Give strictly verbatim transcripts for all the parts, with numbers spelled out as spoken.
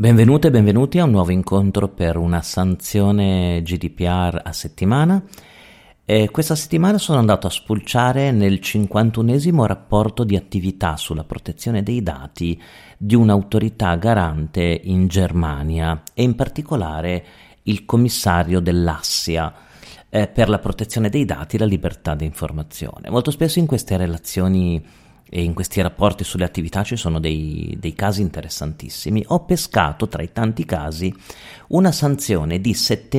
Benvenute e benvenuti a un nuovo incontro per una sanzione G D P R a settimana. E questa settimana sono andato a spulciare nel cinquantunesimo rapporto di attività sulla protezione dei dati di un'autorità garante in Germania e in particolare il commissario dell'Assia eh, per la protezione dei dati e la libertà di informazione. Molto spesso in queste relazioni e in questi rapporti sulle attività ci sono dei, dei casi interessantissimi. Ho pescato tra i tanti casi una sanzione di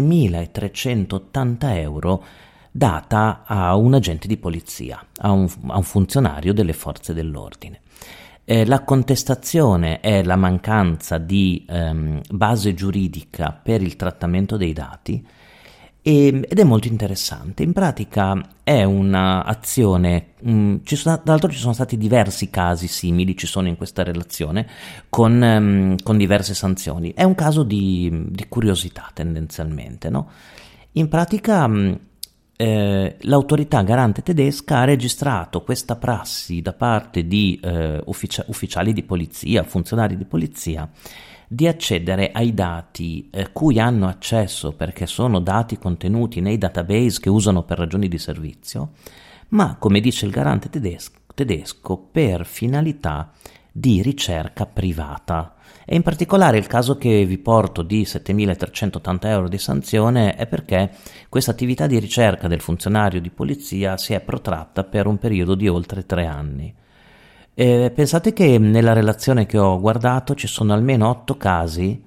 settemilatrecentottanta euro data a un agente di polizia, a un, a un funzionario delle forze dell'ordine. Eh, la contestazione è la mancanza di ehm, base giuridica per il trattamento dei dati ed è molto interessante. In pratica è un'azione, mh, ci sono, tra l'altro ci sono stati diversi casi simili, ci sono in questa relazione, con, mh, con diverse sanzioni. È un caso di, di curiosità tendenzialmente, no? In pratica mh, eh, l'autorità garante tedesca ha registrato questa prassi da parte di eh, ufficia- ufficiali di polizia, funzionari di polizia, di accedere ai dati eh, cui hanno accesso perché sono dati contenuti nei database che usano per ragioni di servizio, ma come dice il garante tedesco, tedesco per finalità di ricerca privata. E in particolare il caso che vi porto di settemilatrecentottanta euro di sanzione è perché questa attività di ricerca del funzionario di polizia si è protratta per un periodo di oltre tre anni. Eh, pensate che nella relazione che ho guardato ci sono almeno otto casi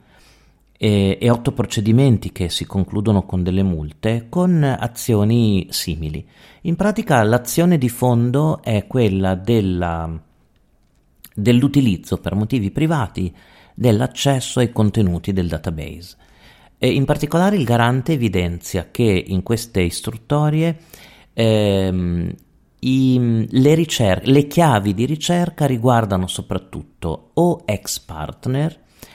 e, e otto procedimenti che si concludono con delle multe con azioni simili. In pratica l'azione di fondo è quella della, dell'utilizzo per motivi privati dell'accesso ai contenuti del database. E in particolare il garante evidenzia che in queste istruttorie ehm, I, le, ricer- le chiavi di ricerca riguardano soprattutto o ex partner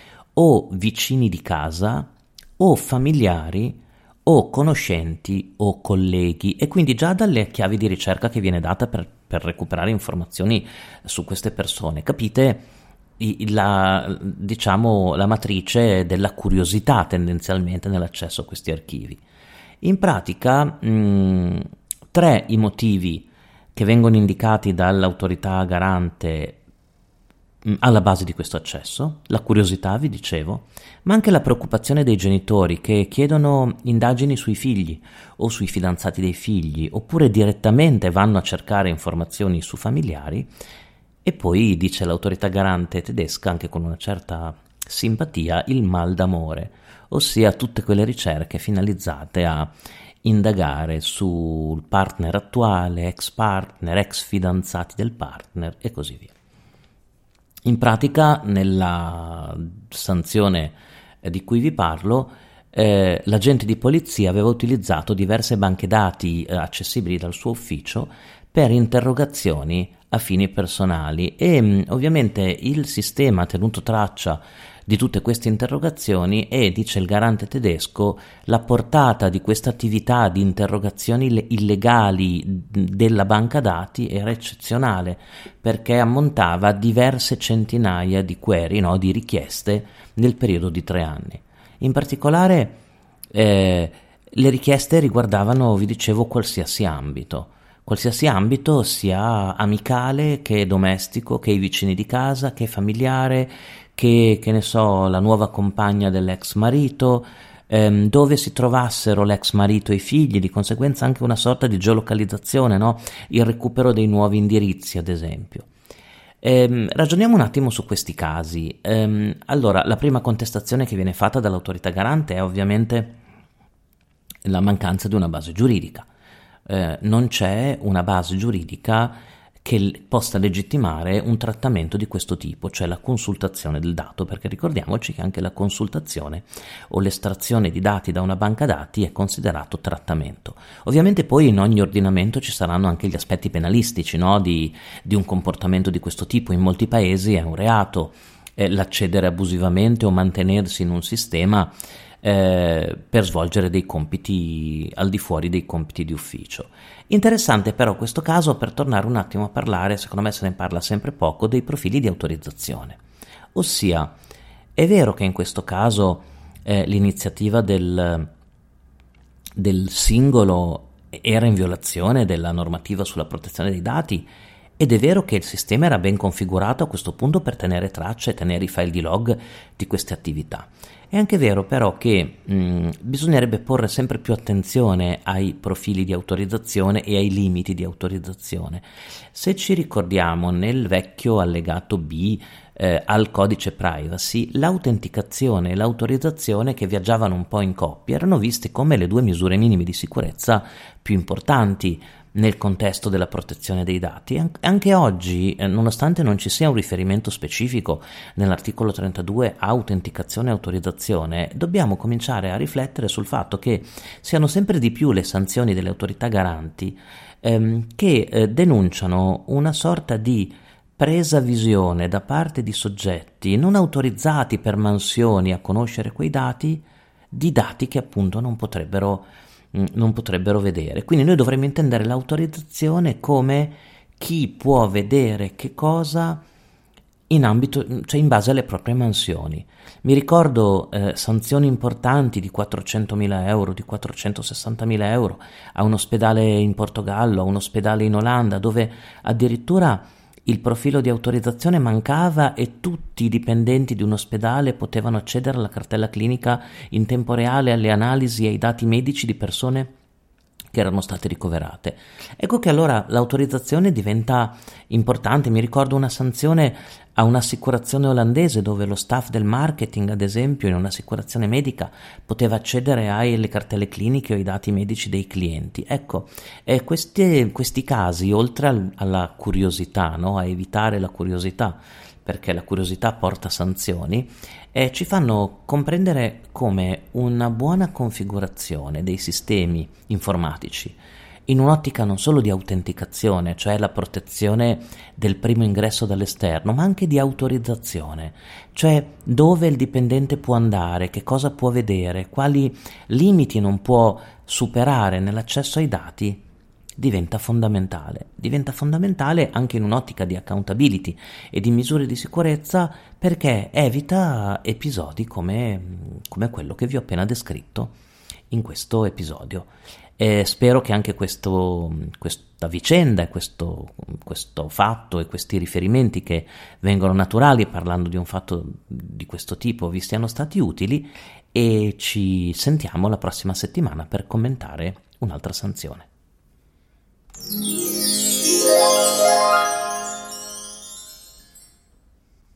o vicini di casa o familiari o conoscenti o colleghi, e quindi già dalle chiavi di ricerca che viene data per, per recuperare informazioni su queste persone capite i, la, diciamo, la matrice della curiosità tendenzialmente nell'accesso a questi archivi. In pratica mh, tre i motivi che vengono indicati dall'autorità garante alla base di questo accesso: la curiosità, vi dicevo, ma anche la preoccupazione dei genitori che chiedono indagini sui figli o sui fidanzati dei figli, oppure direttamente vanno a cercare informazioni su familiari. E poi, dice l'autorità garante tedesca, anche con una certa simpatia, il mal d'amore, ossia tutte quelle ricerche finalizzate a indagare sul partner attuale, ex partner, ex fidanzati del partner e così via. In pratica, nella sanzione di cui vi parlo, eh, l'agente di polizia aveva utilizzato diverse banche dati eh, accessibili dal suo ufficio per interrogazioni a fini personali e mh, ovviamente il sistema ha tenuto traccia di tutte queste interrogazioni e, dice il garante tedesco, la portata di questa attività di interrogazioni illegali della banca dati era eccezionale, perché ammontava a diverse centinaia di query, no, di richieste nel periodo di tre anni. In particolare eh, le richieste riguardavano, vi dicevo, qualsiasi ambito. Qualsiasi ambito, sia amicale che domestico, che i vicini di casa, che familiare, che, che ne so, la nuova compagna dell'ex marito, ehm, dove si trovassero l'ex marito e i figli, di conseguenza anche una sorta di geolocalizzazione, no? Il recupero dei nuovi indirizzi, ad esempio. Ehm, ragioniamo un attimo su questi casi. Ehm, allora, la prima contestazione che viene fatta dall'autorità garante è ovviamente la mancanza di una base giuridica. Eh, non c'è una base giuridica che l- possa legittimare un trattamento di questo tipo, cioè la consultazione del dato, perché ricordiamoci che anche la consultazione o l'estrazione di dati da una banca dati è considerato trattamento. Ovviamente poi in ogni ordinamento ci saranno anche gli aspetti penalistici, no? di, di un comportamento di questo tipo. In molti paesi è un reato eh, l'accedere abusivamente o mantenersi in un sistema Eh, per svolgere dei compiti al di fuori dei compiti di ufficio. Interessante però questo caso, per tornare un attimo a parlare, secondo me se ne parla sempre poco, dei profili di autorizzazione, ossia È vero che in questo caso eh, l'iniziativa del, del singolo era in violazione della normativa sulla protezione dei dati, ed è vero che il sistema era ben configurato a questo punto per tenere traccia e tenere i file di log di queste attività. È anche vero però che mh, bisognerebbe porre sempre più attenzione ai profili di autorizzazione e ai limiti di autorizzazione. Se ci ricordiamo, nel vecchio allegato B eh, al codice privacy, l'autenticazione e l'autorizzazione, che viaggiavano un po' in coppia, erano viste come le due misure minime di sicurezza più importanti nel contesto della protezione dei dati. Anche oggi, nonostante non ci sia un riferimento specifico nell'articolo trentadue a autenticazione e autorizzazione, dobbiamo cominciare a riflettere sul fatto che siano sempre di più le sanzioni delle autorità garanti ehm, che eh, denunciano una sorta di presa visione da parte di soggetti non autorizzati per mansioni a conoscere quei dati, di dati che appunto non potrebbero non potrebbero vedere. Quindi noi dovremmo intendere l'autorizzazione come chi può vedere che cosa in ambito, cioè in base alle proprie mansioni. Mi ricordo eh, sanzioni importanti di quattrocentomila euro, di quattrocentosessantamila euro a un ospedale in Portogallo, a un ospedale in Olanda, dove addirittura il profilo di autorizzazione mancava e tutti i dipendenti di un ospedale potevano accedere alla cartella clinica in tempo reale, alle analisi e ai dati medici di persone che erano state ricoverate. Ecco che allora l'autorizzazione diventa importante. Mi ricordo una sanzione a un'assicurazione olandese dove lo staff del marketing, ad esempio, in un'assicurazione medica poteva accedere alle cartelle cliniche o ai dati medici dei clienti. Ecco, eh, questi, questi casi, oltre al, alla curiosità, no? A evitare la curiosità, perché la curiosità porta sanzioni, eh, ci fanno comprendere come una buona configurazione dei sistemi informatici, in un'ottica non solo di autenticazione, cioè la protezione del primo ingresso dall'esterno, ma anche di autorizzazione, cioè dove il dipendente può andare, che cosa può vedere, quali limiti non può superare nell'accesso ai dati, diventa fondamentale. Diventa fondamentale anche in un'ottica di accountability e di misure di sicurezza, perché evita episodi come, come quello che vi ho appena descritto in questo episodio. E spero che anche questo, questa vicenda e questo, questo fatto e questi riferimenti che vengono naturali parlando di un fatto di questo tipo vi siano stati utili, e ci sentiamo la prossima settimana per commentare un'altra sanzione.